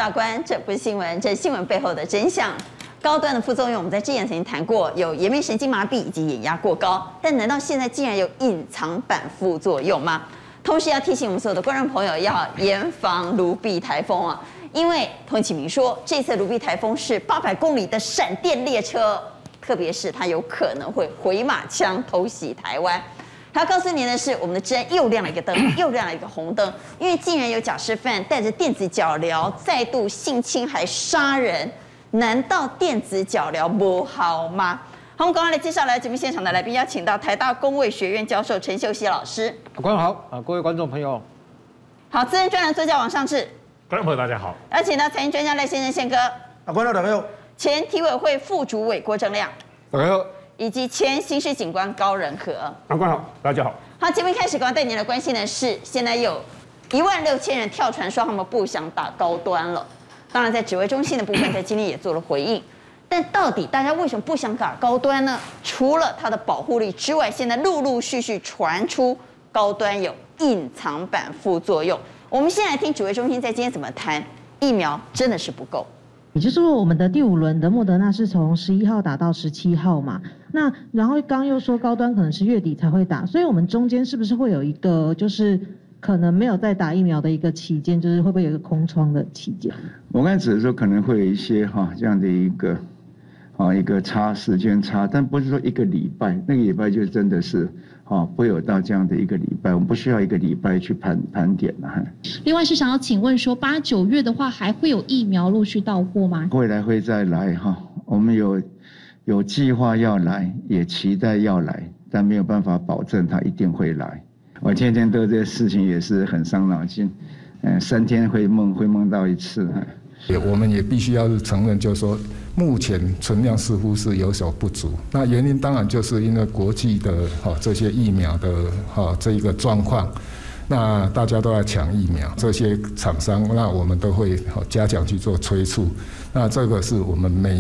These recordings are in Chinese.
大观，这不是新闻，这是新闻背后的真相。高端的副作用，我们在之前曾经谈过，有颜面神经麻痹以及眼压过高。但难道现在竟然有隐藏版副作用吗？同时要提醒我们所有的观众朋友，要严防卢碧台风啊！因为童启明说，这次卢碧台风是800公里的闪电列车，特别是它有可能会回马枪偷袭台湾。他要告诉您的是，我们的治安又亮了一个灯，又亮了一个红灯，因为竟然有假释犯带着电子脚镣再度性侵还杀人，难道电子脚镣不好吗？好，我们赶快来介绍来节目现场的来宾，邀请到台大公卫学院教授陈秀熙老师。 观众好各位观众朋友， 好，资深专栏作家王尚志， 观众朋友大家好。 邀请到财经专家赖先生宪哥， 观众朋友， 前体委会副主委郭正亮， 大家好。 以及前刑事警官高仁和。 观众好，大家好。 好，节目一开始，刚刚带您来关心的是，现在有16000人跳船说他们不想打高端了。当然，在指挥中心的部分，在今天也做了回应。但到底大家为什么不想打高端呢？除了它的保护力之外，现在陆陆续续传出高端有隐藏版副作用。我们先来听指挥中心在今天怎么谈，疫苗真的是不够。 也就是说，我们的第5轮的莫德纳是从11号打到17号嘛，那然后刚又说高端可能是月底才会打，所以我们中间是不是会有一个就是可能没有再打疫苗的一个期间，就是会不会有一个空窗的期间？ 我刚才只是说可能会有一些这样的一个时间差，但不是说1个礼拜，那个礼拜就真的是不会有到这样的1个礼拜，我们不需要1个礼拜去盘点了。 另外是想要请问说，8、9月的话还会有疫苗陆续到货吗？ 未来会再来我们有计划要来，也期待要来，但没有办法保证它一定会来。我天天对这些事情也是很伤脑筋，3天会梦到1次。 我们也必须要承认，就是说，目前存量似乎是有所不足。那原因当然就是因为国际的这些疫苗的这一个状况，那大家都在抢疫苗，这些厂商，那我们都会加强去做催促。那这个是我们每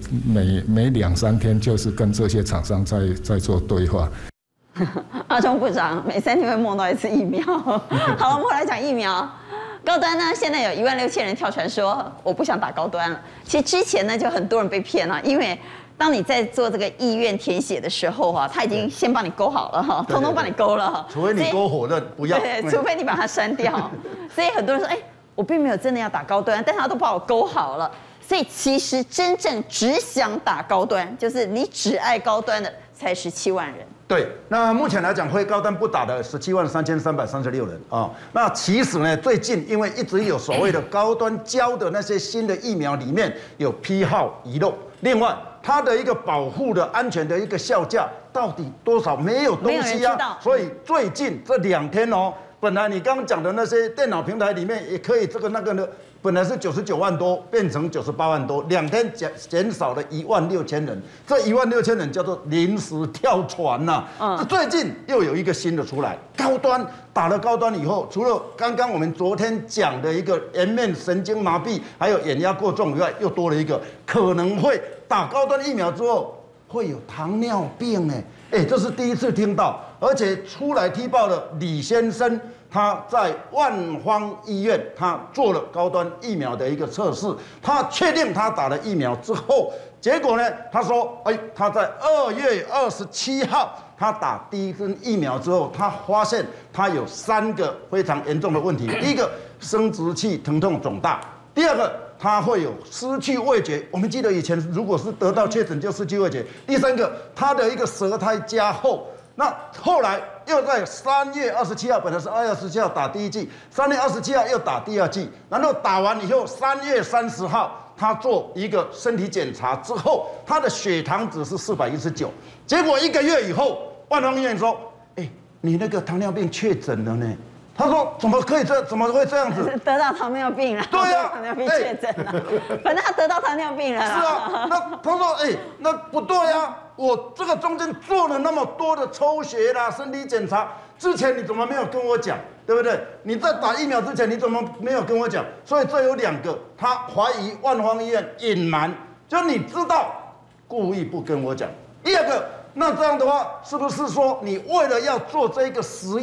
2、3天就是跟这些厂商在做对话。 阿中部长每3天会梦到1次疫苗。好，我们来讲疫苗。高端呢，现在有16000人跳船说我不想打高端了。其实之前呢，就很多人被骗了，因为当你在做这个意愿填写的时候他已经先帮你勾好了通通帮你勾了除非你勾否认不要， 对，除非你把它删掉。所以很多人说，我并没有真的要打高端，但他都把我勾好了。所以其实真正只想打高端，就是你只爱高端的，才17万人。 对，那目前来讲，非高端不打的173336人那其实呢，最近因为一直有所谓的高端交的那些新的疫苗里面有批号遗漏，另外它的一个保护的安全的一个效价到底多少没有东西所以最近这2天本来你刚刚讲的那些电脑平台里面也可以这个那个呢，本来是99万多变成98万多，2天减少了16000人，这16000人叫做临时跳船呐。最近又有一个新的出来，高端打了高端以后，除了刚刚我们昨天讲的一个颜面神经麻痹，还有眼压过重以外，又多了一个可能会打高端疫苗之后会有糖尿病这是第一次听到，而且出来踢爆了李先生，他在万芳医院他做了高端疫苗的一个测试，他确定他打了疫苗之后，结果呢，他说，他在2月27号他打第1针疫苗之后，他发现他有3个非常严重的问题，第一个生殖器疼痛肿大，第2个他会有失去味觉，我们记得以前如果是得到确诊就失去味觉。第3个，他的一个舌苔加厚。那后来又在3月27号，本来是2月27号打第1剂，3月27号又打第2剂，然后打完以后3月30号他做一个身体检查之后，他的血糖值是419，结果1个月以后，万芳医院说，你那个糖尿病确诊了呢。他说：“怎么可以怎么会这样子？ 得到糖尿病了。 对呀， 糖尿病确诊了。反正他得到糖尿病了。 是啊，那他说：那不对啊，我这个中间做了那么多的抽血啦、身体检查，之前你怎么没有跟我讲？对不对？你在打疫苗之前你怎么没有跟我讲？所以这有2个，他怀疑万芳医院隐瞒，就你知道，故意不跟我讲。第2个。”那这样的话，是不是说你为了要做这个实验，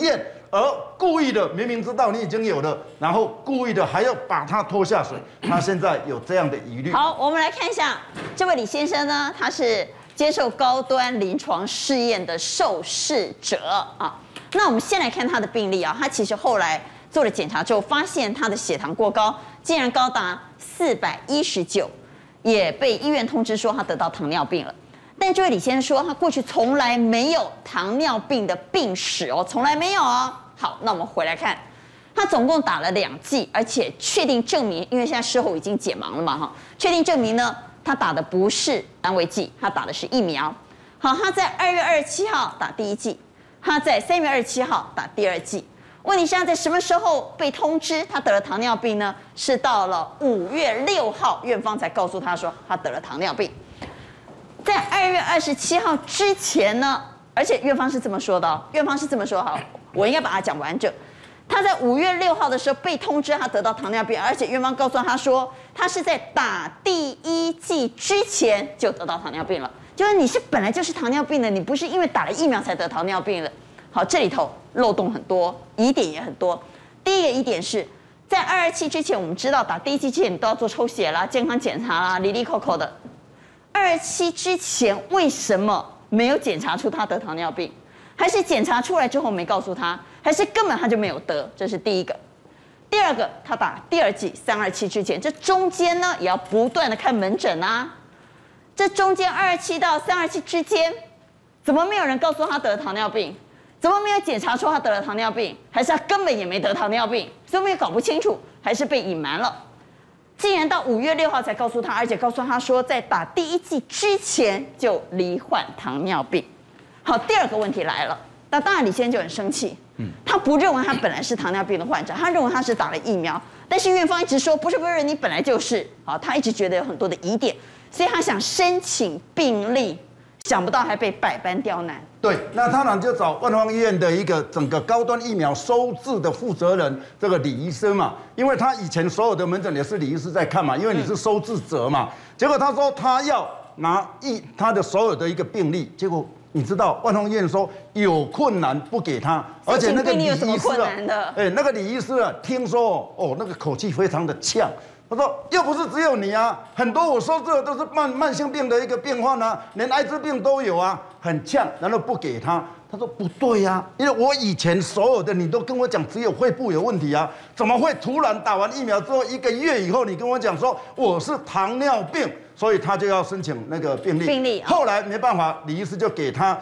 而故意的明明知道你已经有了，然后故意的还要把它拖下水，他现在有这样的疑虑。 好，我们来看一下这位李先生呢，他是接受高端临床试验的受试者啊。那我们先来看他的病历啊，他其实后来做了检查之后，发现他的血糖过高，竟然高达419，也被医院通知说他得到糖尿病了。但这位李先生说，他过去从来没有糖尿病的病史哦，从来没有哦。好，那我们回来看，他总共打了2剂，而且确定证明，因为现在事后已经解盲了嘛哈，确定证明呢，他打的不是安慰剂，他打的是疫苗。好，他在2月27号打第1剂，他在3月27号打第2剂。问题是他在什么时候被通知他得了糖尿病呢？是到了5月6号，院方才告诉他说他得了糖尿病。在2月27号之前呢，而且院方是这么说的哦，院方是这么说，好，我应该把它讲完整。他在5月6号的时候被通知他得到糖尿病，而且院方告诉他说，他是在打第1剂之前就得到糖尿病了，就是你是本来就是糖尿病的，你不是因为打了疫苗才得糖尿病的。好，这里头漏洞很多，疑点也很多。第一个疑点是在227之前，我们知道打第1剂之前你都要做抽血啦、健康检查啦、里里扣扣的。227之前为什么没有检查出他得糖尿病？还是检查出来之后没告诉他？还是根本他就没有得？这是第一个。第二个，他打第2剂327之前，这中间呢也要不断的看门诊啊。这中间227到327之间，怎么没有人告诉他得了糖尿病？怎么没有检查出他得了糖尿病？还是他根本也没得糖尿病？所以我们也搞不清楚，还是被隐瞒了。竟然到5月6号才告诉他，而且告诉他说，在打第1剂之前就罹患糖尿病。好，第二个问题来了，那当然李先生就很生气，他不认为他本来是糖尿病的患者，他认为他是打了疫苗，但是院方一直说不是，你本来就是，好，他一直觉得有很多的疑点，所以他想申请病历，想不到还被百般刁难。 对，那当然就找万芳医院的一个整个高端疫苗收治的负责人，这个李医生嘛，因为他以前所有的门诊也是李医师在看嘛，因为你是收治者嘛。结果他说他要拿他的所有的一个病历，结果你知道万芳医院说有困难不给他，而且那个李医师那个李医师啊，听说那个口气非常的呛。他说：“又不是只有你啊，很多我收治的都是慢性病的一个病患啊，连艾滋病都有啊，很呛，然后不给他。”他说：“不对呀，因为我以前所有的你都跟我讲只有肺部有问题啊，怎么会突然打完疫苗之后1个月以后你跟我讲说我是糖尿病，所以他就要申请那个病历。后来没办法，李医师就给他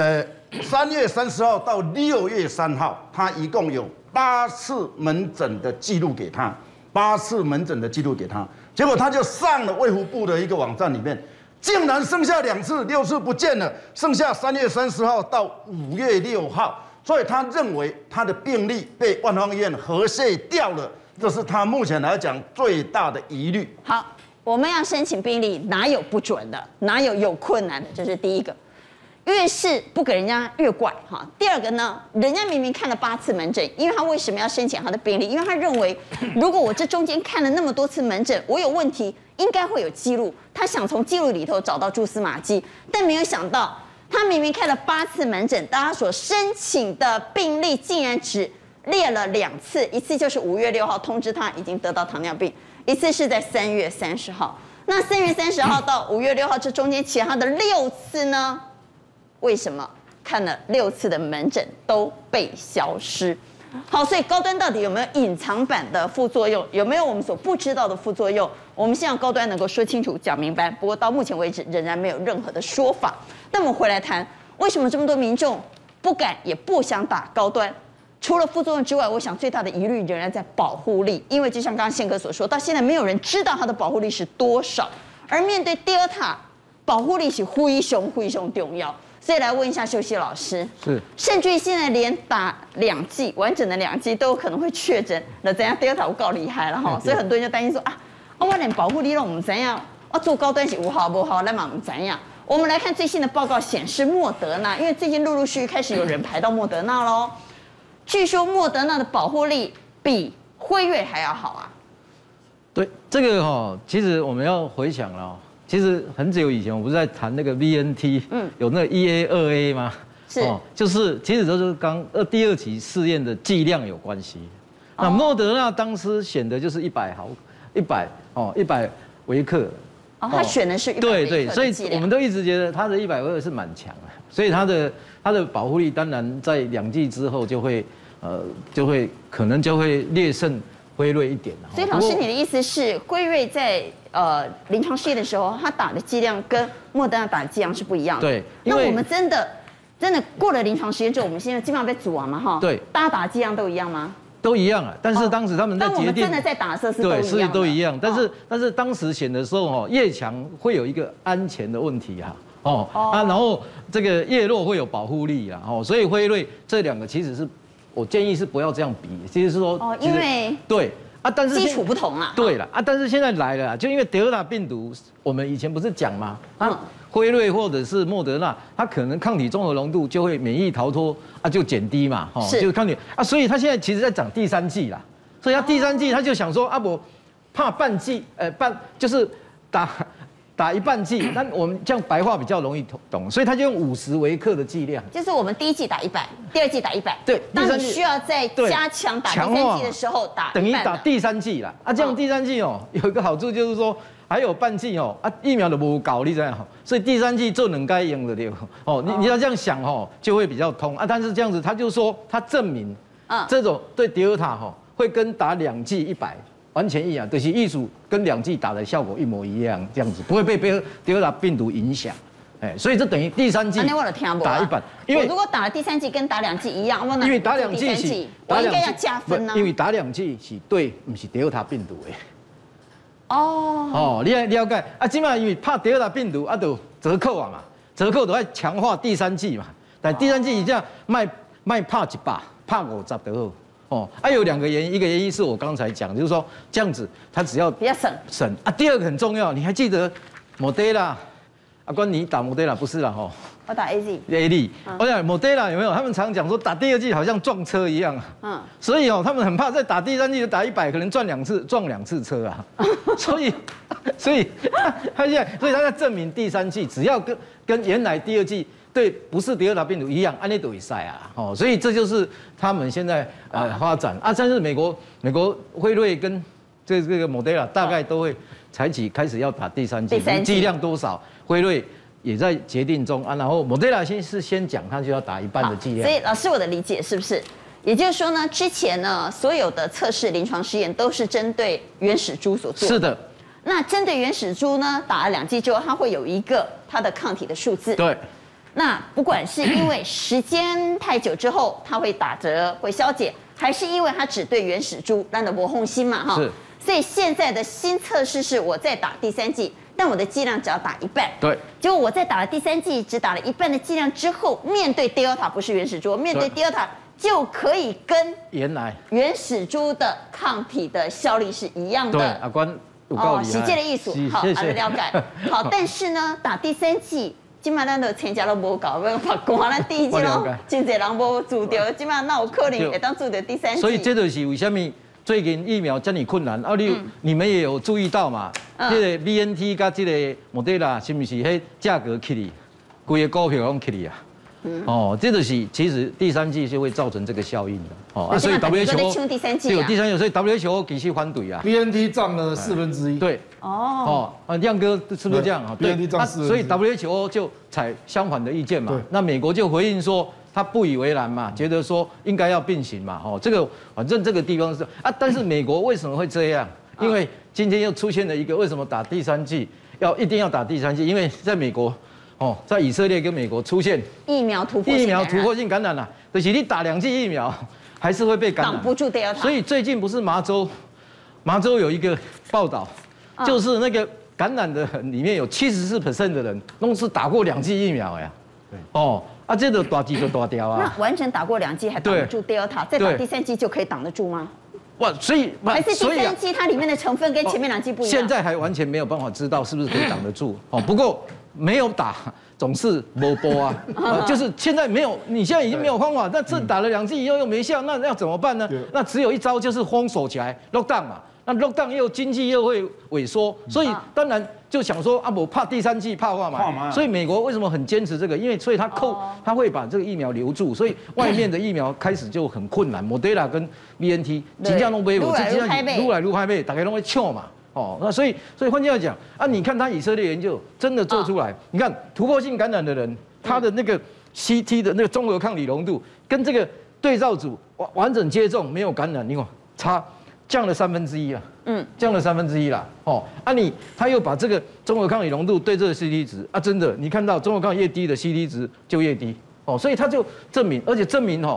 3月30号到6月3号，他一共有8次门诊的记录给他。8次门诊的记录给他，结果他就上了卫福部的一个网站里面，竟然剩下2次，6次不见了，剩下3月30号到5月6号，所以他认为他的病历被万芳医院核卸掉了，这是他目前来讲最大的疑虑。 好，我们要申请病历，哪有不准的？哪有困难的？这是第一个。越是不给人家越怪哈。第二个呢，人家明明看了8次门诊，因为他为什么要申请他的病历？因为他认为，如果我这中间看了那么多次门诊，我有问题，应该会有记录。他想从记录里头找到蛛丝马迹，但没有想到，他明明看了8次门诊，大家所申请的病历竟然只列了2次，一次就是5月6号通知他已经得到糖尿病，一次是在3月30号。那3月30号到5月6号这中间其他的6次呢？为什么看了6次的门诊都被消失？好，所以高端到底有没有隐藏版的副作用？有没有我们所不知道的副作用？我们希望高端能够说清楚、讲明白。不过到目前为止，仍然没有任何的说法。那我们回来谈，为什么这么多民众不敢也不想打高端？除了副作用之外，我想最大的疑虑仍然在保护力，因为就像刚刚宪哥所说，到现在没有人知道它的保护力是多少。而面对 Delta， 保护力是非常重要。所以来问一下秀熙老师，甚至于现在连打2剂完整的2剂都有可能会确诊，那怎样 Delta 有够厉害了哈，所以很多人就担心说我连保护力都不怎样，做高端是有效不好，那嘛不怎样。我们来看最新的报告显示，莫德纳，因为最近陆陆续续开始有人排到莫德纳喽，据说莫德纳的保护力比辉瑞还要好啊。 对，这个其实我们要回想了。其实很久以前，我不是在谈那个 VNT，有那个1A、2A 吗？ 是就是其实就是第2期试验的剂量有关系。那莫德纳当时选的就是100微克。 他选的是100微克的剂量。 对，所以我们都一直觉得他的100微克是蛮强的，所以他的保护力当然在2剂之后就会可能就会略胜辉瑞一点。 所以老师，你的意思是辉瑞在临床试验的时候，他打的剂量跟莫德纳打的剂量是不一样的。 对， 那我们真的过了临床实验之后，我们现在基本上被组完嘛哈？ 对， 大家打的剂量都一样吗？ 都一样啊，但是当时他们在决定，但我们真的在打的时候是都一样的。 对，是都一样，但是当时选的时候越强会有一个安全的问题然后这个越弱会有保护力所以辉瑞这2个其实是我建议是不要这样比，其实是说因为对但是基础不同啦。 对了但是现在来了就因为德尔塔病毒，我们以前不是讲吗？辉瑞或者是莫德纳，它可能抗体综合浓度就会免疫逃脱就减低嘛，就是抗体所以它现在其实在涨第3剂啦，所以它第3剂它就想说我怕半剂就是打一半剂，但我们这样白话比较容易懂，所以他就用50微克的剂量， 就是我们第1剂打100，第2剂打100， 对， 当你需要再加强打第3剂的时候打100， 等于打第3剂啦这样第3剂有一个好处就是说。还有半剂疫苗都不搞，你知道所以第3剂做能该用的对你要这样想就会比较通但是这样子他就说他证明这种对德尔塔会跟打2剂100完全一样，就是艺术跟2剂打的效果一模一样，这样子不会被德尔塔病毒影响，所以这等于第3剂打100， 因为如果打了第3剂跟打2剂一样， 因为打2剂是我应该要加分因为打2剂是对，不是德尔塔病毒的。你了解起码因为怕德尔塔病毒就折扣嘛，折扣都要强化第3剂嘛，但第3剂这样卖怕100，怕50就好。有2个原因，一个原因是我刚才讲，就是说这样子它只要比较省第2个很重要，你还记得莫德纳？关你打莫德纳不是啦我打 AZ。 我讲莫德纳有没有？他们常讲说打第2剂好像撞车一样所以他们很怕再打第3剂就打100，可能撞2次车所以他现在所以他在证明第3剂只要跟原来第2剂对不是德尔塔病毒一样，安内都会赛所以这就是他们现在发展但是美国辉瑞跟这个莫德纳大概都会开始要打第3剂，剂量多少？辉瑞也在决定中然后莫德纳先讲，他就要打1半的剂量。 所以老师，我的理解是不是，也就是说呢，之前呢所有的测试临床试验都是针对原始猪所做的？ 是的。 那针对原始猪呢，打了2剂之后，它会有一个它的抗体的数字。 对。 那不管是因为时间太久之后它会打折会消减，还是因为它只对原始猪，让的博红心嘛是。 所以现在的新测试是我再打第3剂。但我的剂量只要打1半， 对。 结果我在打了第3剂，只打了1半的剂量之后，面对 Delta 不是原始猪，面对 Delta 就可以跟原始猪的抗体的效力是一样的。 对，关有道理。 实践的艺术，好，了解。好，但是呢，打第3剂，今麦咱的参加都无搞，要把光咱第1剂咯，真侪人无注到，今麦那有可能会当注到第3剂。 所以这就是为什么最近疫苗这么困难你们也有注意到嘛？这个 BNT 跟这个莫德纳是不是迄价格起哩，规个股票拢起哩这就是其实第3剂就会造成这个效应的所以 WHO 第3剂有第3剂，所以 WHO 其实反对 BNT 占了1/4。 对亮哥是不是这样 BNT 占4/4， 所以 WHO 就采相反的意见嘛。那美国就回应说。他不以为然嘛，觉得说应该要并行嘛，这个反正这个地方是但是美国为什么会这样？因为今天又出现了一个为什么打第3剂一定要打第3剂？因为在美国在以色列跟美国出现疫苗突破性感染了，就是你打2剂疫苗还是会被感染， 挡不住Delta。 所以最近不是麻州有一个报道，就是那个感染的里面有74% 的人都是打过2剂疫苗呀，这个大剂就大掉那完整打过2剂还挡不住 Delta， 再打第3剂就可以挡得住吗？ 所以还是第3剂它里面的成分跟前面2剂不一样？ 现在还完全没有办法知道是不是可以挡得住不过没有打总是没播就是现在没有，你现在已经没有方法，那这打了2剂以后又没效，那要怎么办呢？那只有一招，就是封锁起来 lockdown 嘛。那 lockdown 又经济又会萎缩，所以当然就想说啊，我怕第三剂怕化嘛，所以美国为什么很坚持这个？因为所以他会把这个疫苗留住，所以外面的疫苗开始就很困难。莫德纳跟 BNT 金价都没有，这金价撸来撸拍背，大家都会抢嘛。哦，那所以换句话讲啊，你看他以色列研究真的做出来，你看突破性感染的人，他的那个 CT 的那个综合抗体浓度跟这个对照组完整接种没有感染，你看差降了1/3啊，降了1/3啦。哦，他又把这个综合抗体浓度对这个 CT 值啊，真的你看到综合抗体越低的 CT 值就越低。哦，所以他就证明，而且证明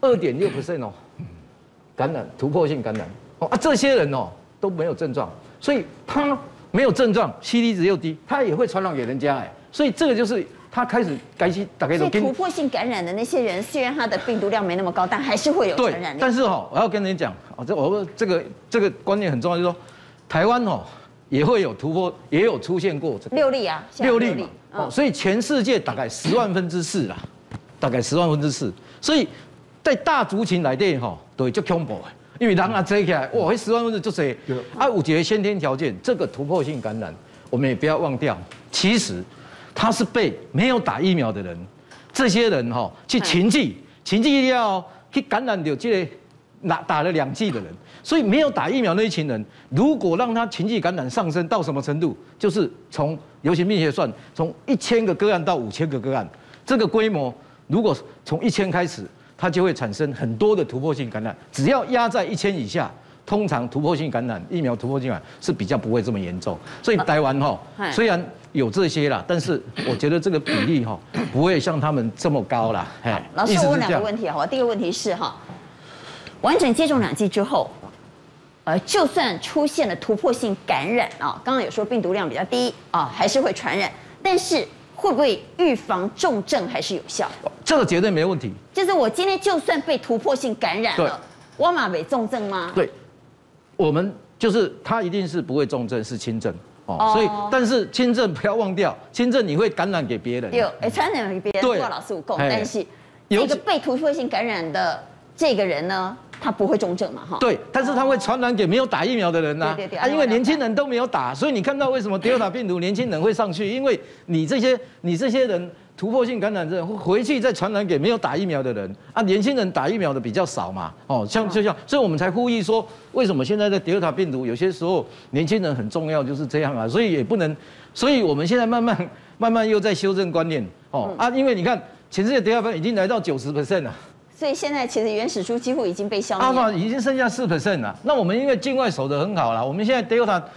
2.6% 哦，感染突破性感染。哦这些人都没有症状。所以他没有症状 ，CT 值又低，他也会传染给人家所以这个就是他开始大概所以突破性感染的那些人，虽然他的病毒量没那么高，但还是会有传染力。 但是我要跟你讲这个观念很重要，就是说台湾也会有突破，也有出现过这个 6例啊 ，6例嘛。所以全世界大概10万分之4啦，大概10万分之4。所以在大族群来电都会最恐怖的。因为人坐起来，哇，那10万分之就多有一个先天条件，这个突破性感染，我们也不要忘掉，其实他是被没有打疫苗的人，这些人去群聚了去感染到这个打了2剂的人，所以没有打疫苗那一群人，如果让他群聚感染上升到什么程度，就是从流行病学算，从1000个个案到5000个个案，这个规模如果从1000开始。它就会产生很多的突破性感染，只要压在1000以下，通常突破性感染疫苗突破性感染是比较不会这么严重。所以台湾虽然有这些啦，但是我觉得这个比例不会像他们这么高啦。 老师，我问2个问题好吧？第一个问题是完整接种2剂之后，就算出现了突破性感染刚刚有说病毒量比较低还是会传染，但是。会不会预防重症还是有效？ 这个绝对没问题。 就是我今天就算被突破性感染了，我马没重症吗？ 对，我们就是他一定是不会重症，是轻症所以但是轻症不要忘掉，轻症你会感染给别人。 有，传染给别人。对，老师有讲，但是这个被突破性感染的这个人呢？他不会重症嘛？ 对，但是他会传染给没有打疫苗的人呐。对，因为年轻人都没有打，所以你看到为什么Delta病毒年轻人会上去？因为你这些人突破性感染症会回去再传染给没有打疫苗的人年轻人打疫苗的比较少嘛。像，所以我们才呼吁说，为什么现在的Delta病毒有些时候年轻人很重要，就是这样所以也不能，所以我们现在慢慢又在修正观念因为你看全世界Delta病毒已经来到90%了。 所以现在其实原始株几乎已经被消灭了， 阿法已经剩下4%了。那我们因为境外守得很好了，我们现在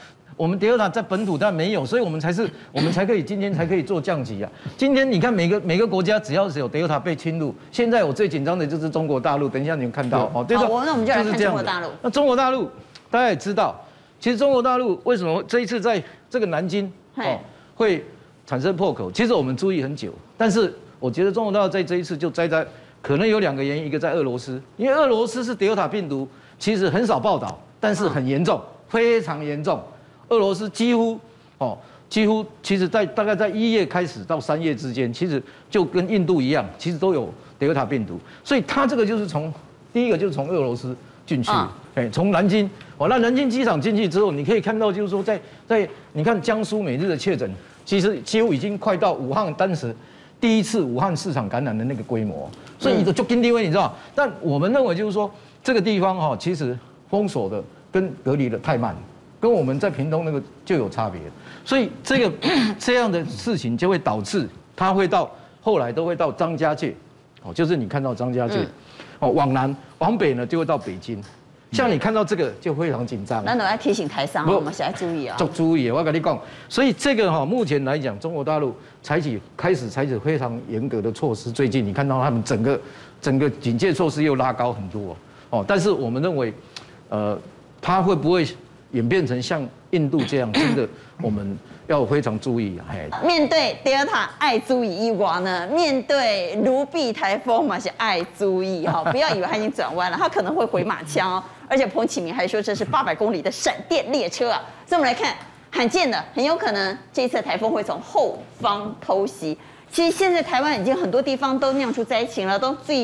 Delta 在本土但没有，所以我们才可以今天才可以做降级啊。今天你看每个国家只要是有 Delta 被侵入，现在我最紧张的就是中国大陆。等一下你们看到对。好，那我们就来看中国大陆。 那中国大陆大家也知道，其实中国大陆为什么这一次在这个南京会产生破口？其实我们注意很久，但是我觉得中国大陆在这一次就栽在。可能有2个原因，一个在俄罗斯，因为俄罗斯是Delta病毒，其实很少报道，但是很严重，非常严重。俄罗斯几乎，其实大概在1月开始到3月之间，其实就跟印度一样，其实都有Delta病毒，所以它这个就是第一个就是从俄罗斯进去，从南京，那南京机场进去之后，你可以看到就是说在你看江苏每日的确诊，其实几乎已经快到武汉当时。第一次武汉市场感染的那个规模，所以就跟地位你知道，但我们认为就是说这个地方其实封锁的跟隔离的太慢，跟我们在屏东那个就有差别，所以这样的事情就会导致它会到后来都会到张家界，就是你看到张家界，往南往北呢就会到北京。像你看到这个就非常紧张， 那我要提醒台商，我们要注意啊， 注意，我跟你讲，所以这个目前来讲，中国大陆开始采取非常严格的措施。最近你看到他们整个警戒措施又拉高很多但是我们认为，它会不会演变成像印度这样，真的我们要非常注意。 面对 Delta 爱注意以外呢，面对卢碧台风嘛是爱注意不要以为它已经转弯了，它可能会回马枪而且彭启明还说这是800公里的闪电列车所以我们来看，罕见的很有可能这一次台风会从后方偷袭。其实现在台湾已经很多地方都酿出灾情了，都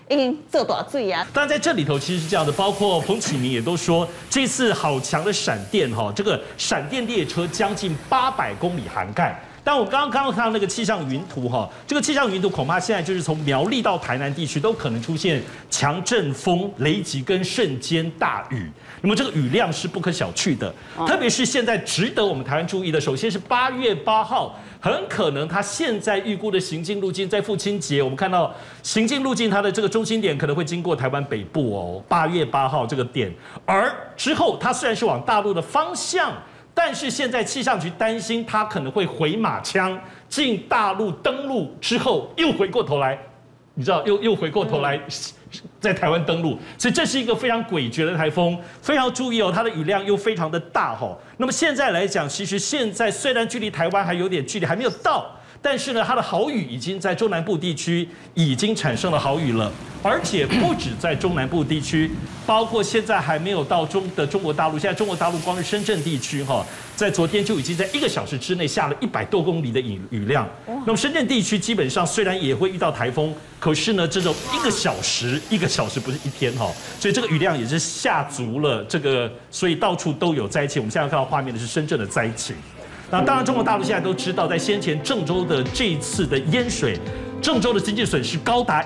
这多罪啊！ 当然在这里头其实是这样的，包括彭启明也都说，这次好强的闪电哈，这个闪电列车将近800公里涵盖。但我刚刚看到那个气象云图哈，这个气象云图恐怕现在就是从苗栗到台南地区都可能出现强阵风、雷击跟瞬间大雨。那么这个雨量是不可小觑的，特别是现在值得我们台湾注意的，首先是8月8号。很可能他现在预估的行进路径，在父亲节，我们看到行进路径，它的这个中心点可能会经过台湾北部哦，8月8号这个点。而之后，它虽然是往大陆的方向，但是现在气象局担心它可能会回马枪，进大陆登陆之后又回过头来，你知道又回过头来。在台湾登陆，所以这是一个非常诡谲的台风，非常注意哦，它的雨量又非常的大哈。那么现在来讲，其实现在虽然距离台湾还有点距离，还没有到，但是呢，它的豪雨已经在中南部地区已经产生了豪雨了，而且不止在中南部地区，包括现在还没有到中国大陆，现在中国大陆光是深圳地区哈，在昨天就已经在1个小时之内下了100多公里的雨量。那么深圳地区基本上虽然也会遇到台风，可是呢，这种1个小时不是1天哈，所以这个雨量也是下足了这个，所以到处都有灾情。我们现在看到画面的是深圳的灾情。那当然，中国大陆现在都知道，在先前郑州的这一次的淹水，郑州的经济损失高达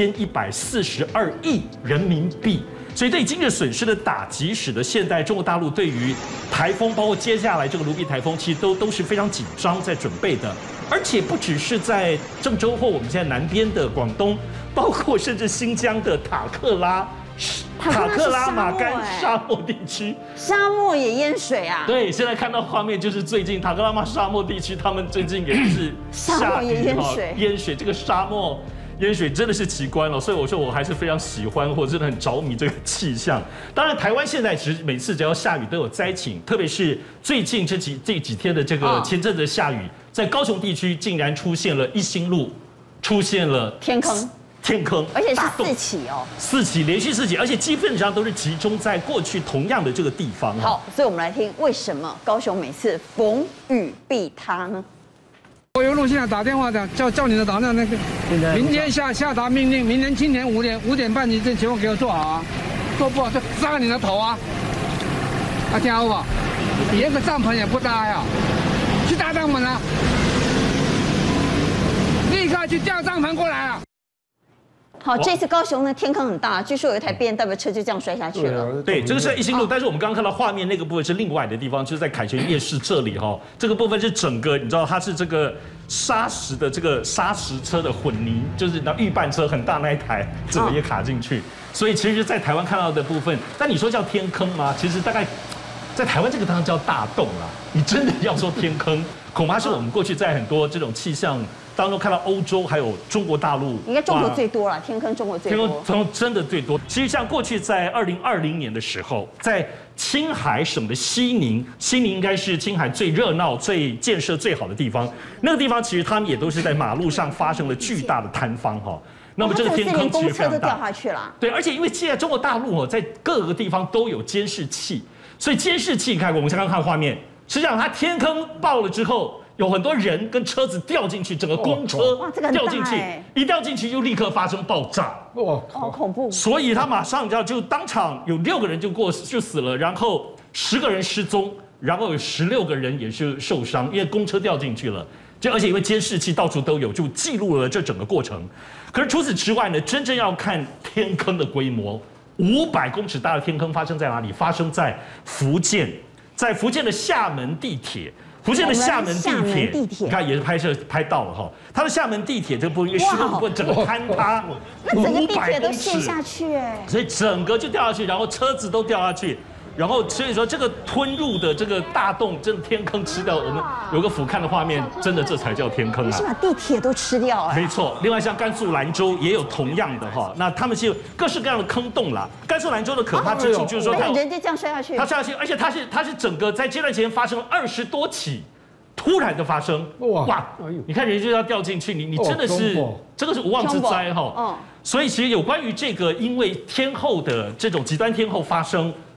1142亿人民币。所以对经济损失的打击，使得现在中国大陆对于台风，包括接下来这个卢比台风，其实都是非常紧张在准备的。而且不只是在郑州或我们现在南边的广东，包括甚至新疆的塔克拉玛干沙漠地区， 沙漠也淹水啊！ 对，现在看到画面就是最近塔克拉玛沙漠地区，他们最近也是下雨淹水，这个沙漠。淹水真的是奇观了，所以我说我还是非常喜欢，或真的很着迷这个气象。当然，台湾现在其实每次只要下雨都有灾情，特别是最近这几天的这个前阵子的下雨，在高雄地区竟然出现了一心路，出现了天坑，而且是4起哦，4起连续4起，而且基本上都是集中在过去同样的这个地方。 好，所以我们来听为什么高雄每次逢雨必塌呢？ 我有路现在打电话的，叫你的导那个，明天下达命令，明天清晨5点半，你这节目给我做好啊，做不好就杀你的头啊！听好不好？连个帐篷也不搭呀，去搭帐篷啊！立刻去调帐篷过来啊！ 好，这次高雄呢天坑很大，据说有一台BMW车就这样摔下去了。 对，这个是在一心路，但是我们刚刚看到画面那个部分是另外的地方，就是在凯旋夜市这里哈。这个部分是整个，你知道它是这个砂石的这个砂石车的混凝，就是那预拌车很大那一台，整个也卡进去。所以其实，在台湾看到的部分，但你说叫天坑吗？其实大概在台湾这个当然叫大洞啦。你真的要说天坑，恐怕是我们过去在很多这种气象当中看到欧洲还有中国大陆， 应该中国最多了，天坑中国最多， 天坑真的最多。其实像过去在2020年的时候，在青海省的西宁应该是青海最热闹、最建设最好的地方。那个地方其实他们也都是在马路上发生了巨大的坍方哈。那么这个天坑其实非常大， 公车都掉下去了。 对，而且因为现在中国大陆在各个地方都有监视器，所以监视器，你看我们刚刚看画面，实际上它天坑爆了之后。有很多人跟车子掉进去，整个公车掉进去，一掉进去就立刻发生爆炸， 哇，好恐怖！ 所以他马上就当场有6个人就死了，然后10个人失踪，然后有16个人也是受伤，因为公车掉进去了。而且因为监视器到处都有，就记录了这整个过程。可是除此之外呢，真正要看天坑的规模，500公尺大的天坑发生在哪里？发生在福建，在福建的厦门地铁。福建的厦门地铁，你看也是拍到了哈，它的厦门地铁这个部分因为施工部分整个坍塌， 那整个地铁都陷下去哎， 所以整个就掉下去，然后车子都掉下去，然后所以说这个吞入的这个大洞，真的天坑吃掉。我们有个俯瞰的画面，真的这才叫天坑啊！ 是把地铁都吃掉哎。 没错，另外像甘肃兰州也有同样的哈，那他们是有各式各样的坑洞啦。甘肃兰州的可怕之处就是说， 人就这样摔下去， 它摔下去，而且它是整个在阶段前发生了20多起。突然的发生，哇！你看人就要掉进去，你真的是这个是无妄之灾哈。所以其实有关于这个，因为天候的这种极端天候发生，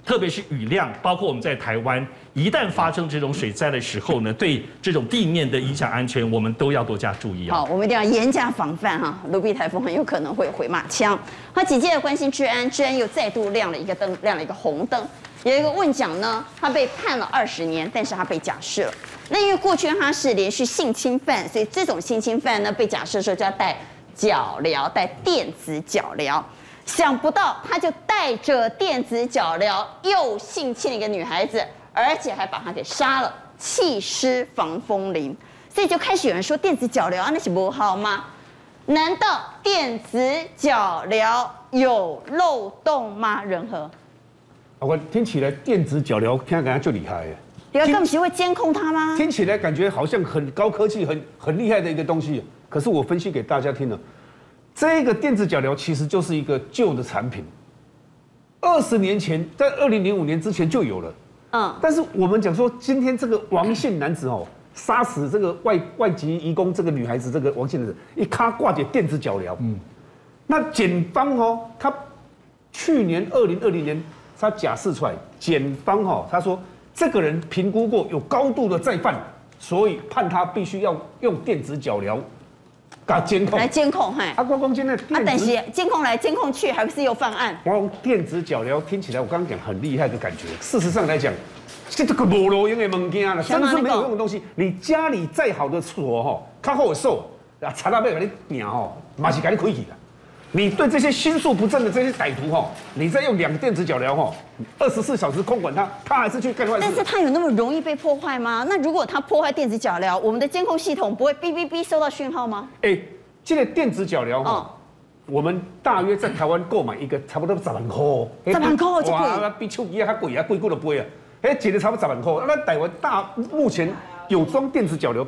特别是雨量，包括我们在台湾，一旦发生这种水灾的时候呢，对这种地面的影响安全，我们都要多加注意啊。 好，我们一定要严加防范哈。卢比台风很有可能会回马枪。好，紧接着关心治安，治安又再度亮了一个灯，亮了一个红灯。有一个问讲呢，他被判了20年，但是他被假释了。那因为过去他是连续性侵犯，所以这种性侵犯呢被假释的时候就要带脚镣，带电子脚镣。想不到他就带着电子脚镣又性侵了一个女孩子，而且还把她给杀了，弃尸防风林。所以就开始有人说电子脚镣那是不好吗？难道电子脚镣有漏洞吗？仁和， 我听起来电子脚镣听起来就厉害耶。 你要更是会监控它吗？ 听起来感觉好像很高科技、很厉害的一个东西。可是我分析给大家听了，这个电子脚镣其实就是一个旧的产品，20年前，在2005年之前就有了。但是我们讲说，今天这个王姓男子哦，杀死这个外籍移工这个女孩子，这个王姓男子一卡挂着电子脚镣。那检方哦，他去年2020年他假释出来，检方哦，他说这个人评估过有高度的再犯，所以判他必须要用电子脚镣。监控来监控，嘿， 我讲真的， 但是监控来监控去，还不是又犯案？ 我用电子脚镣听起来，我刚刚讲很厉害的感觉。事实上来讲，这个没路用的物件啦，真是没有用的东西。你家里再好的锁吼，较好的锁，查到要给你拼吼，嘛是给你开去的。你对这些心术不正的这些歹徒吼，你再用2个电子脚镣吼，24小时控管他，他还是去干坏事。 但是他有那么容易被破坏吗？那如果他破坏电子脚镣，我们的监控系统不会哔哔哔收到讯号吗？ 这个电子脚镣哈，我们大约在台湾购买一个差不多10万块，10 万块就贵， 哇，比手机还贵啊，贵过了倍啊！一个差不多10万块。那台湾目前有装电子脚镣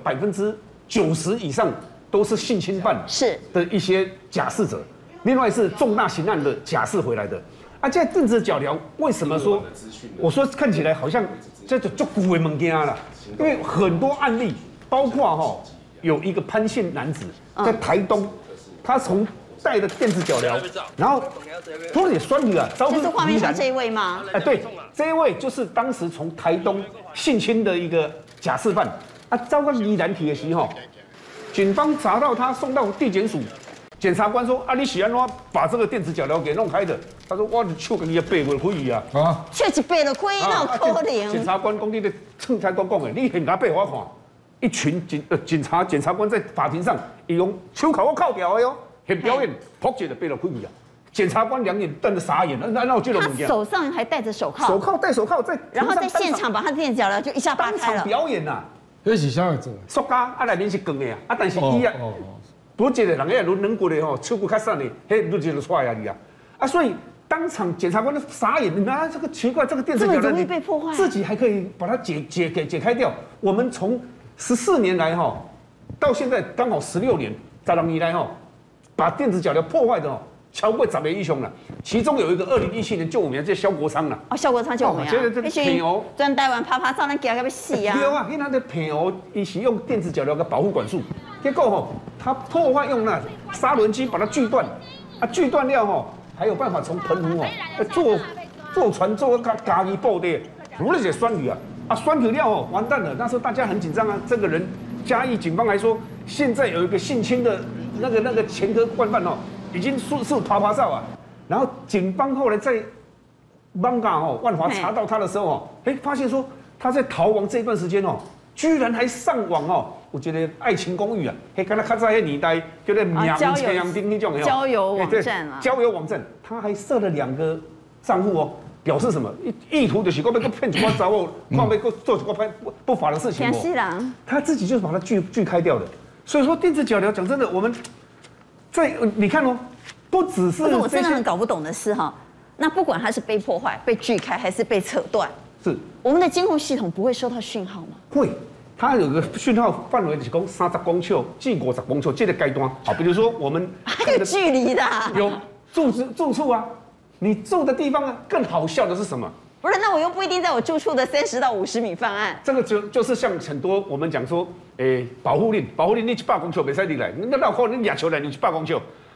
90%以上都是性侵犯的一些假释者。另外是重大刑案的假释回来的，这电子脚镣为什么说？我说看起来好像这就古的物件啦，因为很多案例，包括有一个潘姓男子在台东，他从带着电子脚镣，然后突然也酸女啊， 这是画面上这一位吗？ 对，这一位就是当时从台东性侵的一个假释犯，遭到宜兰提的时候，警方查到他送到地检署。检察官说：“你是安怎把这个电子脚镣给弄开的？”他说：“我手跟你背过可以啊。” 手一背就可以，那有可能？ 检察官讲你的警察官讲的，你很拿背我看。一群检察官在法庭上，伊用手铐我铐掉的哟，很表演，扑一就背了可以啊。检察官2眼瞪得傻眼，那我觉得他手上还戴着手铐， 戴手铐在， 然后在现场把他的电子脚镣就一下扒开了。 表演呐， 那是啥子？ 塑胶内面是光的啊，但是伊啊。不觉得人家轮骨的吼，手骨较散的，嘿，就觉得出来啊！所以当场检察官都傻眼，那这个奇怪，这个电子脚镣容易被破坏， 自己还可以把它解开掉。我们从14年来哈，到现在刚好16年，10年以来哈，把电子脚镣破坏的哦，超过10个以上了。其中有一个2017年救我们这萧国昌啦， 萧国昌救我们啊！ 这个骗哦， 专台湾拍照，咱惊到要死啊！ 对啊，因为他的骗哦，伊是用电子脚镣的保护管束。结果吼，他破坏用那砂轮机把它锯断，锯断了吼，还有办法从澎湖坐船坐到嘉义布袋，不是些酸雨啊，酸雨了吼，完蛋了。那时候大家很紧张啊，这个人嘉义警方来说，现在有一个性侵的那个前科惯犯哦，已经是爬照啊。然后警方后来在万华查到他的时候哦，发现说他在逃亡这段时间哦，居然还上网哦。我觉得爱情公寓啊，刚才较早迄年代叫做名车阳丁那种交友网站啊， 交友网站，他还设了2个账户哦，表示什么意图就是我要骗一个查某，看要做一个不法的事情哦。他自己就是把它锯开掉的。所以说电子脚镣讲真的，我们在你看哦，不只是我真的很搞不懂的是哈，那不管它是被破坏、被锯开还是被扯断， 是我们的监控系统不会收到讯号吗？ 会。它有个讯号范围是讲30公尺至50公尺这个阶段，好，比如说我们还有距离的， 有住处啊，你住的地方啊，更好笑的是什么？ 不是，那我又不一定在我住处的30到50米犯案。 这个就是像很多我们讲说，保护令你100公尺没使你来，那老可能你野球来你100公尺，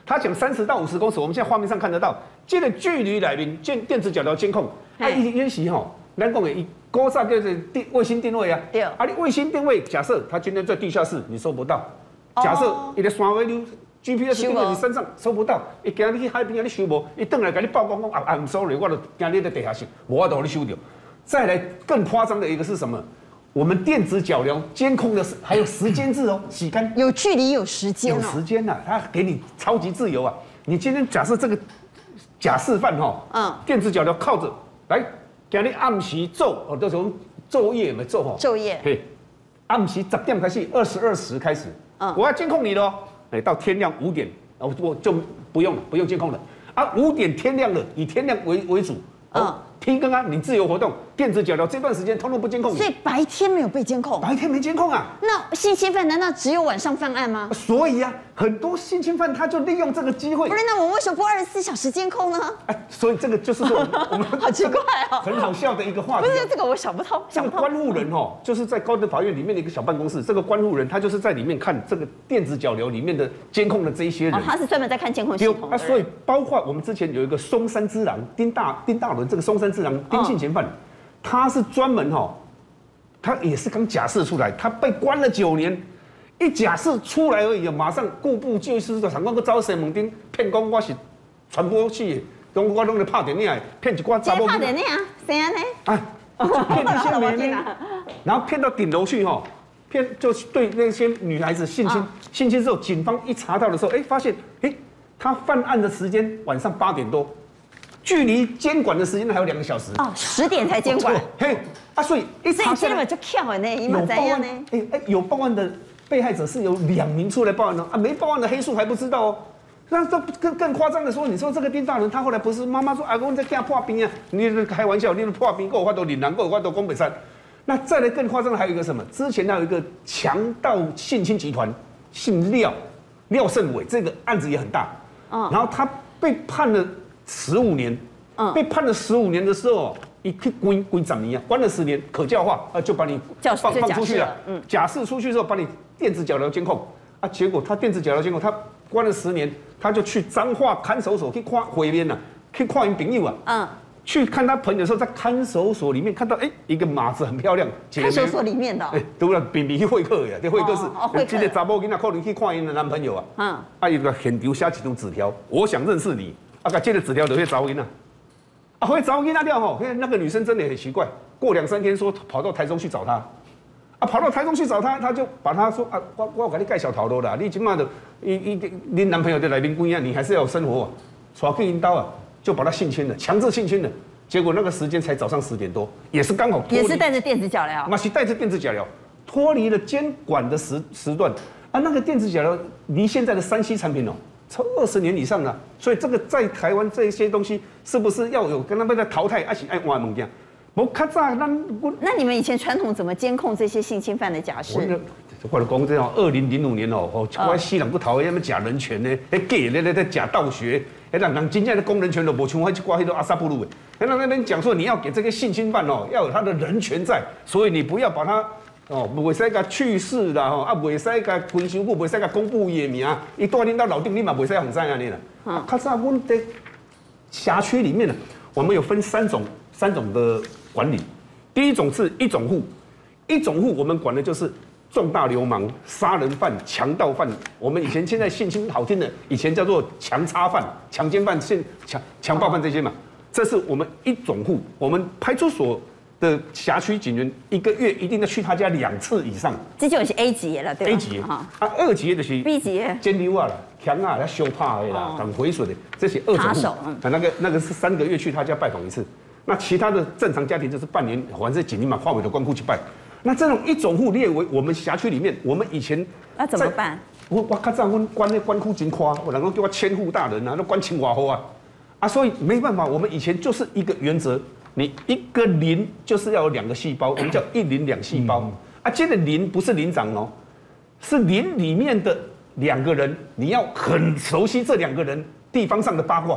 他讲30到50公尺，我们现在画面上看得到，这个距离来面电子脚镣监控，也是吼，咱讲的以高速叫做卫星定位啊，对，啊你卫星定位，假设他今天在地下室，你收不到，假设你的山尾你 GPS 定在你身上收不到，伊今日去海边你收无，伊转来给你报告讲I'm sorry， 我就今日在地下室，无法度给你收掉。再来更夸张的一个是什么？我们电子脚镣监控的是还有时间制哦，洗干有距离有时间， 有时间呐，它给你超级自由啊！你今天假设这个假示范哈，电子脚镣靠着来，今日暗时做哦，都从昼夜没做哈， 昼夜， 嘿，暗时10点开始，22时开始，我要监控你咯，到天亮5点，我就不用监控了啊，5点天亮了，以天亮为主，天更啊，你自由活动，电子脚镣这段时间通通不监控你， 所以白天没有被监控， 白天没监控啊。 那性侵犯难道只有晚上犯案吗？ 所以啊，很多性侵犯他就利用这个机会。 不是，那我们为什么不24小时监控呢？ 所以这个就是说我们好奇怪哦， 很好笑的一个话题。 不是这个我想不通。 这个观护人就是在高等法院里面的一个小办公室，这个观护人他就是在里面看这个电子脚镣里面的监控的这一些人。 他是专门在看监控系统。 所以包括我们之前有一个松山之狼丁大伦，这个松山之狼丁性嫌犯，他是专门他也是刚假释出来，他被关了9年。一假释出来而已，马上故布救失的，常讲个招西门町骗讲我是传播器的，讲我拢在拍电影，骗一寡查某。 拍电影啊？谁啊呢？ 骗一些妹妹，然后骗到顶楼去骗就对那些女孩子性侵之后，警方一查到的时候，发现他犯案的时间晚上8点多，距离监管的时间还有2个小时。 10点才监管。 所以一查下来就巧了呢，有报案呢。 有报案的。被害者是有2名出来报案的没报案的黑数还不知道哦。那这更夸张的说，你说这个丁大人他后来不是妈妈说我在家破冰啊，你开玩笑，你破冰够我都岭南够我都宫北山。那再来更夸张的还有一个什么？之前还有一个强盗性侵集团，姓廖胜伟，这个案子也很大。然后他被判了15年，被判了15年的时候。一去关10年啊，关了10年，可教化就把你放出去了。假释出去之后，把你电子脚镣监控啊，结果他电子脚镣监控，他关了10年，他就去彰化看守所去看回边了，去看一朋友啊。去看他朋友的时候，在看守所里面看到一个马子很漂亮， 看守所里面的。 对了，比去会客呀，这会客是这个查某囡仔可能去看因的男朋友啊。有个现场写一张纸条，我想认识你，这个纸条就会查某囡仔。会找囡仔掉那个女生真的很奇怪。过2、3天说跑到台中去找他，跑到台中去找他，他就把他说我给你介绍头路啦，你今嘛的你男朋友在来宾关啊，你还是要有生活耍去引导就把他性侵了，强制性侵了。结果那个时间才早上10点多，也是刚好也是带着电子脚镣， 是带着电子脚镣，脱离了监管的时段那个电子脚镣离现在的3C 产品超20年以上了，所以这个在台湾这些东西是不是要有跟他们在淘汰，还是爱换物件？我较早那你们以前传统怎么监控这些性侵犯的假释？ 我就讲这样，2005年我西人不讨厌什么假人权呢，假在假道学，人真正的工人权都无像迄挂迄个阿萨布鲁的，那边讲说你要给这个性侵犯要有他的人权在，所以你不要把他。袂使甲去世啦，袂使甲分伤久，袂使甲公布伊的名，伊带恁到楼顶，你嘛袂使互知安尼啦。较早阮在辖区里面呢，我们有分三种的管理。第一种是一种户我们管的就是重大流氓、杀人犯、强盗犯。我们现在性侵好听的，以前叫做强插犯、强奸犯、强暴犯这些嘛。这是我们一种户，我们派出所的辖区警员1个月一定要去他家2次以上。 这就是 A 级的了，对吧 ？A 级2级的就是 B 级监溜啦、强啦、修怕的啦、挡回水的，这些2种户。那个是3个月去他家拜访1次。那其他的正常家庭就是半年，反正警力嘛，跨尾的关库去拜。那这种一种户列为我们辖区里面，我们以前那怎么办？ 我较早阮关那关库真夸，我人讲叫我千户大人啊，那关千外户啊，所以没办法，我们以前就是一个原则。你1个磷就是要有2个细胞，我们叫1磷2细胞。这个磷不是磷长是磷里面的2个人，你要很熟悉这2个人地方上的八卦，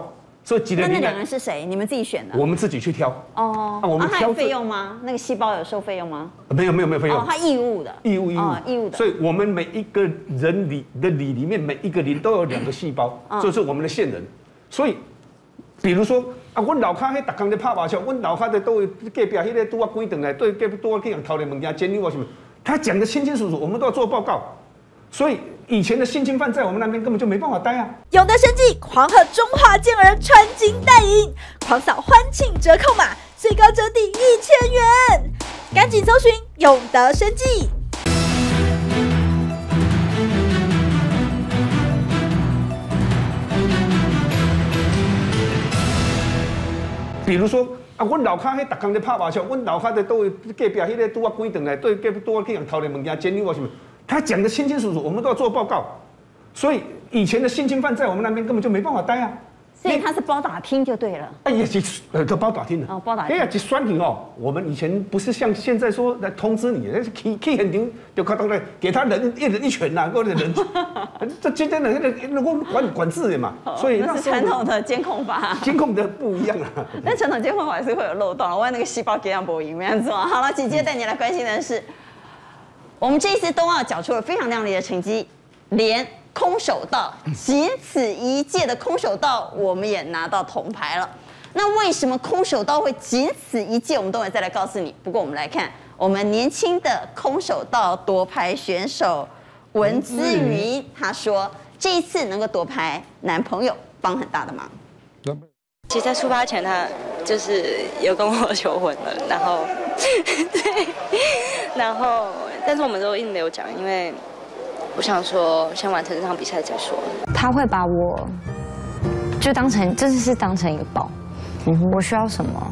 所以几个那2个人是谁？你们自己选的？ 我们自己去挑。 哦， 我们挑费用吗？那个细胞有收费用吗？ 没有费用。 哦，它义务的。义务的。 所以我们每一个人里面每一个零都有2个细胞，这是我们的线人。所以，比如说啊，阮老卡迄逐工在拍麻将，阮老卡在都隔壁迄个拄啊关灯来，对隔壁拄啊去人偷的物件，监狱啊什么，他讲得清清楚楚，我们都要做报告。所以以前的性侵犯在我们那边根本就没办法待啊。 永德生技狂贺中华健儿穿金戴银，狂扫欢庆折扣码，最高折抵1000元，赶紧搜寻永德生技。 比如说啊，阮老卡迄逐工在拍麻将，阮老卡在都隔壁迄个拄啊关灯来，对隔壁拄啊去人偷的物件，监狱啊什么。他讲得清清楚楚，我们都要做报告，所以以前的性侵犯在我们那边根本就没办法待啊。 所以他是包打听就对了。 哎呀，都包打听的。 哦，包打听。 哎呀，一选你哦，我们以前不是像现在说来通知你，去现场就看到来给他一人一拳呐，或者人，这今天的那个管制的嘛，所以那是传统的监控法。 监控的不一样啊。 但传统监控法还是会有漏洞，万一那个细胞给上播赢，没样做。好了，紧接着带你来关心的是。我们这一次冬奥缴出了非常亮丽的成绩，连空手道仅此一届的空手道，我们也拿到铜牌了。那为什么空手道会仅此一届？我们等会再来告诉你。不过我们来看我们年轻的空手道夺牌选手文姿云，他说这一次能够夺牌，男朋友帮很大的忙。 其实，在出发前他就是有跟我求婚了，然后对，然后但是我们都一直没有讲，因为我想说先完成这场比赛再说。 他会把我就当成一个宝，我需要什么，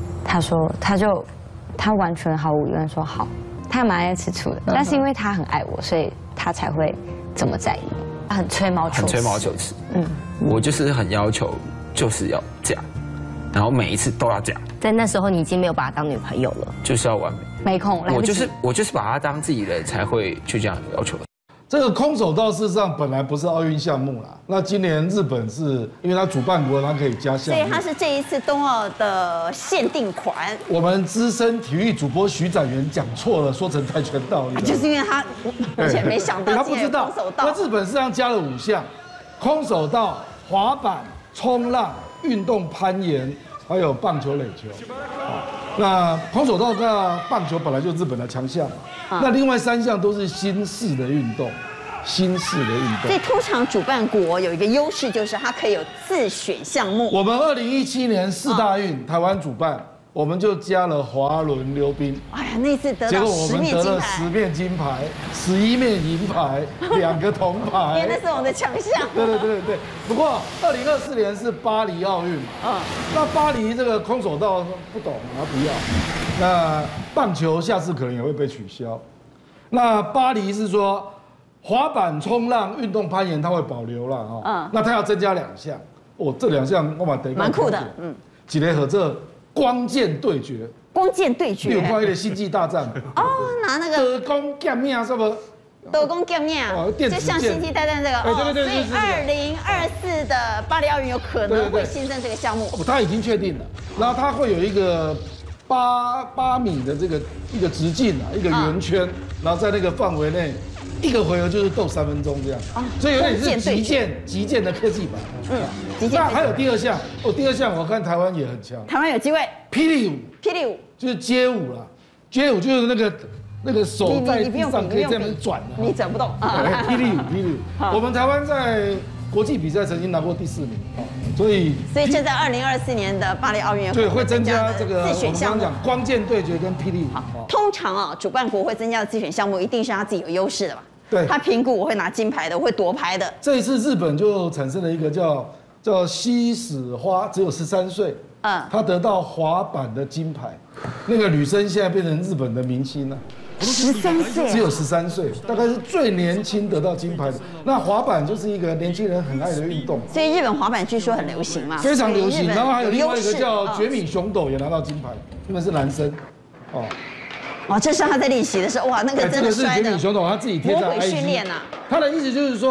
他完全毫无疑问说好。他蛮爱吃醋的，但是因为他很爱我，所以他才会这么在意。他很吹毛求疵， 很吹毛求疵。我就是很要求。就是要这样，然后每一次都要这样。 在那时候，你已经没有把她当女朋友了， 就是要完美， 没空。 我就是把她当自己人才会去这样要求。 这个空手道事实上本来不是奥运项目啦，那今年日本是因为它主办国，它可以加项目， 所以它是这一次冬奥的限定款。 我们资深体育主播徐展元讲错了，说成跆拳道， 就是因为他以前没想到， 他不知道。那日本实际上加了5项：空手道、滑板、冲浪、运动攀岩，还有棒球、垒球。那空手道跟棒球本来就是日本的强项嘛。那另外3项都是新式的运动，所以通常主办国有一个优势，就是它可以有自选项目。 我们2017年4大运台湾主办，我们就加了滑轮溜冰。 哎呀，那次得到结果我们得了10面金牌、11面银牌、2个铜牌。 因为那是我们的强项。 对。不过2024年是巴黎奥运嘛，那巴黎这个空手道不懂，他不要。那棒球下次可能也会被取消。那巴黎是说滑板、冲浪、运动攀岩它会保留了哈。那它要增加2项。这2项我蛮得蛮酷的。 几联合这光剑对决。你有看那个星际大战？ 拿那个德弓剑命是不？ 德弓剑命，就像星际大战这个。对。所以2024的巴黎奥运有可能会新增这个项目。 它已经确定了，然后它会有一个8米的这个一个直径一个圆圈，然后在那个范围内，1个回合就是斗3分钟这样。所以有点是击剑的科技版。那还有第2项，第2项我看台湾也很强。 台湾有机会。 霹雳舞就是街舞啦，街舞就是那个手在地上可以这样转的， 你转不动。 霹雳舞，我们台湾在国际比赛曾经拿过第4名，所以这在2024年的巴黎奥运对会增加这个自选项目， 讲光剑对决跟霹雳舞。 通常主办国会增加的自选项目，一定是他自己有优势的嘛。 对， 他评估我会拿金牌的，我会夺牌的。 这一次日本就产生了一个叫西史花，只有13岁。她得到滑板的金牌，那个女生现在变成日本的明星了。 13岁， 只有13岁，大概是最年轻得到金牌的。那滑板就是一个年轻人很爱的运动， 所以日本滑板据说很流行嘛， 非常流行。然后还有另外一个叫绝米熊斗也拿到金牌，因为是男生。 这是他在练习的时候，哇，那个真的摔的。 这个是绝米熊斗他自己贴在 IG 训练啊。 他的意思就是说，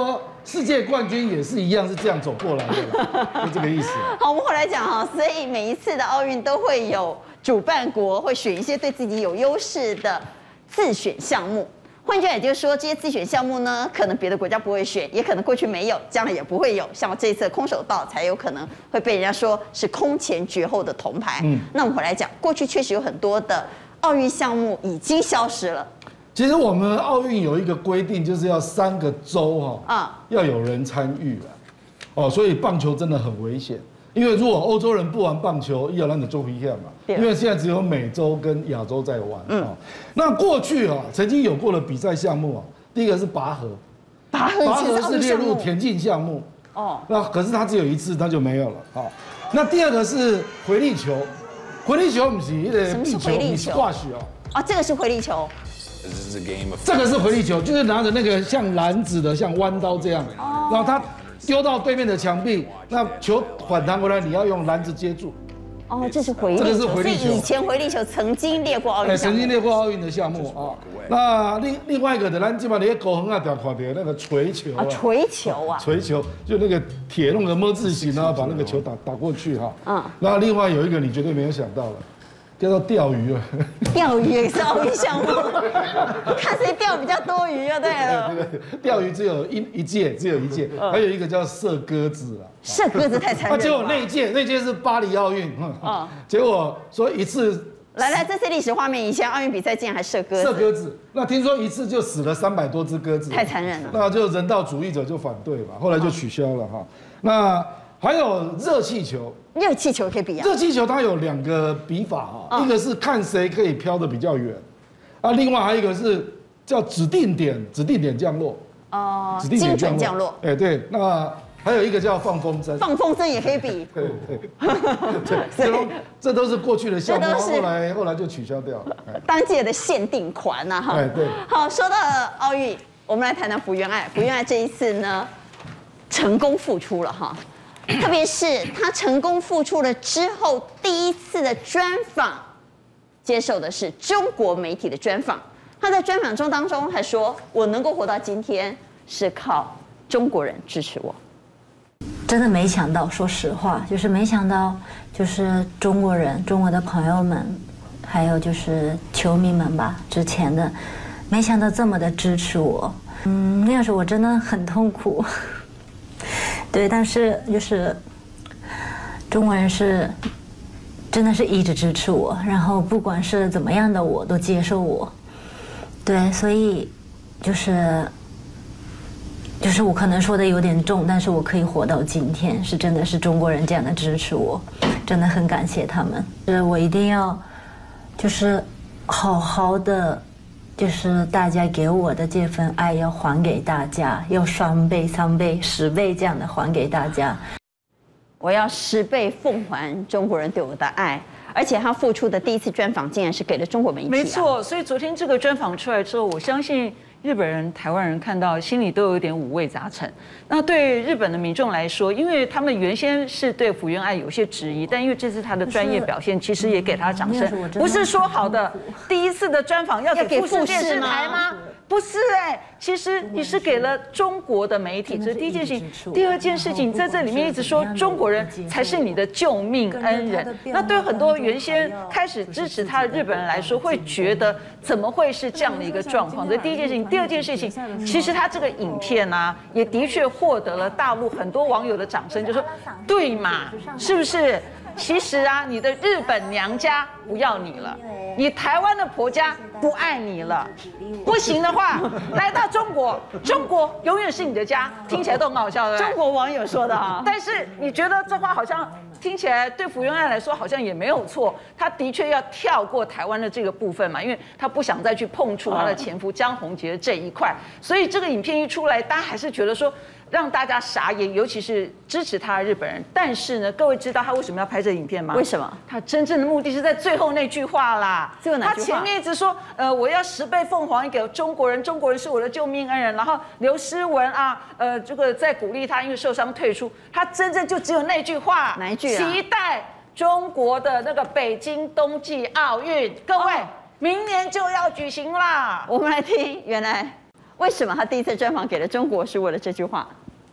世界冠军也是一样是这样走过来的啦，就这个意思。 好，我们回来讲哈，所以每一次的奥运都会有主办国会选一些对自己有优势的自选项目。换句话也就是说，这些自选项目呢，可能别的国家不会选，也可能过去没有，将来也不会有。像这一次空手道才有可能会被人家说是空前绝后的铜牌。那我们回来讲，过去确实有很多的奥运项目已经消失了。 其实我们奥运有一个规定，就是要3个州要有人参与了，所以棒球真的很危险。因为如果欧洲人不玩棒球，伊朗人就危险嘛。因为现在只有美洲跟亚洲在玩。那过去曾经有过的比赛项目第一个是拔河，拔河是列入田径项目。那可是它只有一次，它就没有了。那第二个是回力球，回力球不是那个壁球，你是挂许这个是回力球。 这个是回力球，就是拿着那个像篮子的，像弯刀这样，然后它丢到对面的墙壁，那球反弹回来，你要用篮子接住。 这是回力球。这个是回力球。所以以前回力球曾经列过奥运项目。 曾经列过奥运的项目那另外一个的，咱基本上你狗横条看到那个锤球锤球锤球就那个铁弄个么字形，然后把那个球打过去然后另外有一个你绝对没有想到了。叫做钓鱼了， 钓鱼也是奥运项目，看谁钓比较多鱼就对了。 钓鱼只有一届，还有一个叫射鸽子啦。 射鸽子太残忍了。 结果那届是巴黎奥运，结果说一次， 来，这是历史画面，以前奥运比赛竟然还射鸽子。 射鸽子，那听说一次就死了300多只鸽子， 太残忍了。 那就人道主义者就反对嘛，后来就取消了那还有热气球。 热气球可以比热气球它有2个比法一个是看谁可以飘得比较远，另外还有一个是叫指定点降落， 精准降落。 对，那还有一个叫放风筝， 放风筝也可以比。 对，这都是过去的项目，后来就取消掉了。 当届的限定款对。 好，说到了奥运，我们来谈谈福原爱。福原爱这一次呢，成功复出了特别是他成功复出了之后，第一次的专访，接受的是中国媒体的专访。他在专访当中还说：“我能够活到今天，是靠中国人支持我。” 真的没想到，说实话，就是没想到，就是中国人、中国的朋友们，还有就是球迷们吧，之前的，没想到这么的支持我。那时候我真的很痛苦。对，但是就是中国人是真的是一直支持我，然后不管是怎么样的我都接受我。对，所以就是我可能说的有点重，但是我可以活到今天，是真的是中国人这样的支持我，真的很感谢他们。我一定要就是好好的。就是大家给我的这份爱要还给大家，要2倍、3倍、10倍这样的还给大家。 我要10倍奉还中国人对我的爱，而且他复出的第一次专访竟然是给了中国媒体。 没错，所以昨天这个专访出来之后，我相信日本人、台湾人看到心里都有点五味杂陈。那对日本的民众来说，因为他们原先是对福原爱有些质疑，但因为这次他的专业表现，其实也给他掌声。不是说好的第一次的专访要给富士电视台吗？不是其实你是给了中国的媒体，这是第一件事情。第二件事情，在这里面一直说中国人才是你的救命恩人。那对很多原先开始支持他的日本人来说，会觉得怎么会是这样的一个状况？这是第一件事情。第二件事情，其实他这个影片也的确获得了大陆很多网友的掌声，就说对嘛，是不是？其实你的日本娘家不要你了，你台湾的婆家不爱你了，不行的话，来到中国，中国永远是你的家，听起来都很好笑的。 中国网友说的但是你觉得这话好像听起来对福原爱来说好像也没有错，他的确要跳过台湾的这个部分嘛，因为他不想再去碰触他的前夫江宏杰的这一块，所以这个影片一出来，大家还是觉得说。让大家傻眼，尤其是支持他的日本人。但是呢，各位知道他为什么要拍这影片吗？ 为什么？ 他真正的目的是在最后那句话啦。 最后哪句话？ 他前面一直说，我要10倍奉还给中国人，中国人是我的救命恩人。然后刘诗雯这个在鼓励他，因为受伤退出。他真正就只有那句话。 哪一句？ 期待中国的那个北京冬季奥运，各位，明年就要举行啦。 我们来听，原来为什么他第一次专访给了中国是为了这句话？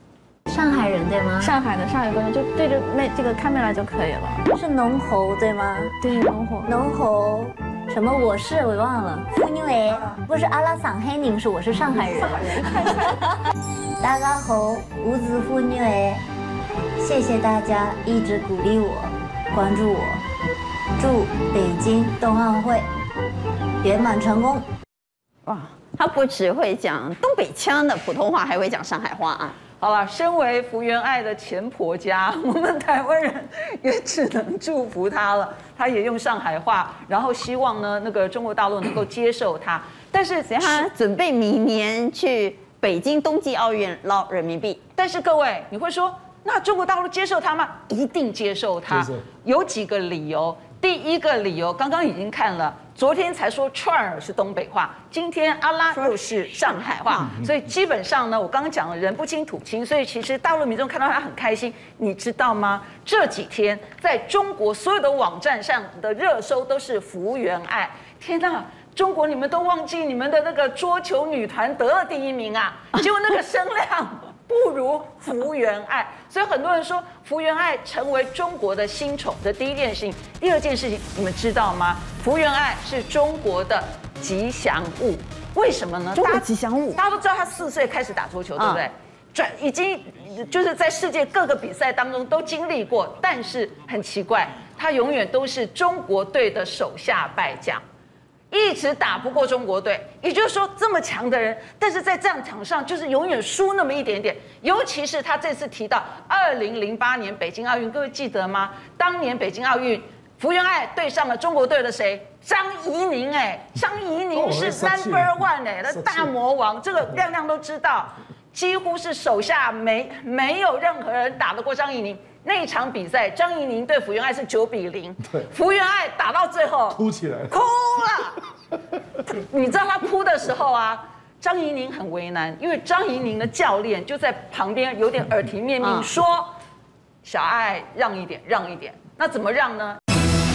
上海人对吗？ 上海的上海观众就对着这个camera就可以了。 是浓喉对吗？ 对，浓喉。 浓喉，什么我忘了。妇女诶，不是阿拉上海人，是我是上海人。大家好，我是妇女诶，谢谢大家一直鼓励我、关注我，祝北京冬奥会圆满成功。 哇，他不只会讲东北腔的普通话，还会讲上海话啊！ 好了，身为福原爱的前婆家，我们台湾人也只能祝福她了。她也用上海话，然后希望呢，那个中国大陆能够接受她。但是他准备明年去北京冬季奥运捞人民币。 但是各位，你会说，那中国大陆接受她吗？一定接受她。有几个理由。第一个理由，刚刚已经看了。昨天才说串儿是东北话，今天阿拉又是上海话，所以基本上呢，我刚刚讲了人不亲土亲，所以其实大陆民众看到他很开心，你知道吗？这几天在中国所有的网站上的热搜都是福原爱，天哪！中国你们都忘记你们的那个桌球女团得了第1名啊，结果那个声量不如福原爱，所以很多人说福原爱成为中国的新宠，这第一件事情。第二件事情，你们知道吗？福原爱是中国的吉祥物，为什么呢？ 中国吉祥物， 大家都知道她4岁开始打桌球，对不对？已经就是在世界各个比赛当中都经历过，但是很奇怪，她永远都是中国队的手下败将。一直打不过中国队，也就是说这么强的人，但是在战场上就是永远输那么一点点。尤其是他这次提到2008年北京奥运，各位记得吗？当年北京奥运，福原爱对上了中国队的谁？张怡宁张怡宁是 No.1 那大魔王，这个亮亮都知道，几乎是手下没有任何人打得过张怡宁。那一场比赛，张怡宁对福原爱是9-0，福原爱打到最后哭起来， 哭了。你知道他哭的时候啊，张怡宁很为难，因为张怡宁的教练就在旁边有点耳提面命说：“小爱让一点，让一点。”那怎么让呢？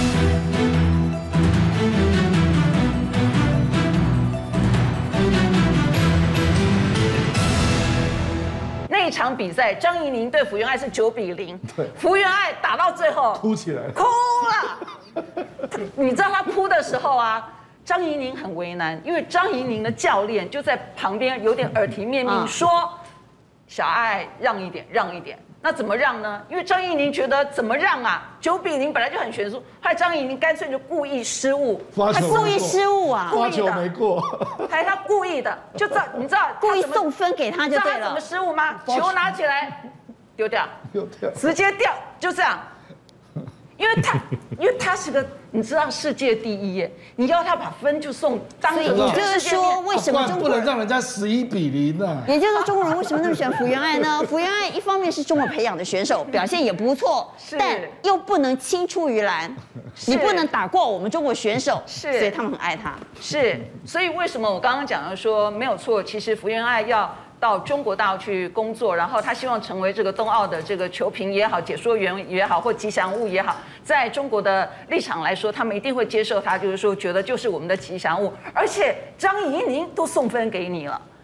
那一场比赛，张怡宁对福原爱是9-0，福原爱打到最后哭起来， 哭了。你知道他哭的时候啊，张怡宁很为难，因为张怡宁的教练就在旁边有点耳提面命说：“小爱让一点，让一点。”那怎么让呢？因为张怡宁觉得怎么让啊？9-0本来就很悬殊，后来张怡宁干脆就故意失误， 还故意失误啊， 发球没过， 还他故意的，就你知道故意送分给他就对了。 知道他怎么失误吗？球拿起来丢掉，直接掉，就这样。因为他是个你知道世界第一耶，你要他把分就送当着也就是说，为什么中国不能让人家11-0呢？ 也就是说，中国人为什么那么喜欢福原爱呢？福原爱一方面是中国培养的选手，表现也不错，但又不能青出于蓝，你不能打过我们中国选手，所以他们很爱他。 是，所以为什么我刚刚讲的说没有错，其实福原爱要到中国大陆去工作，然后他希望成为这个冬奥的这个球评也好、解说员也好或吉祥物也好，在中国的立场来说，他们一定会接受他，就是说觉得就是我们的吉祥物，而且张怡宁都送分给你了。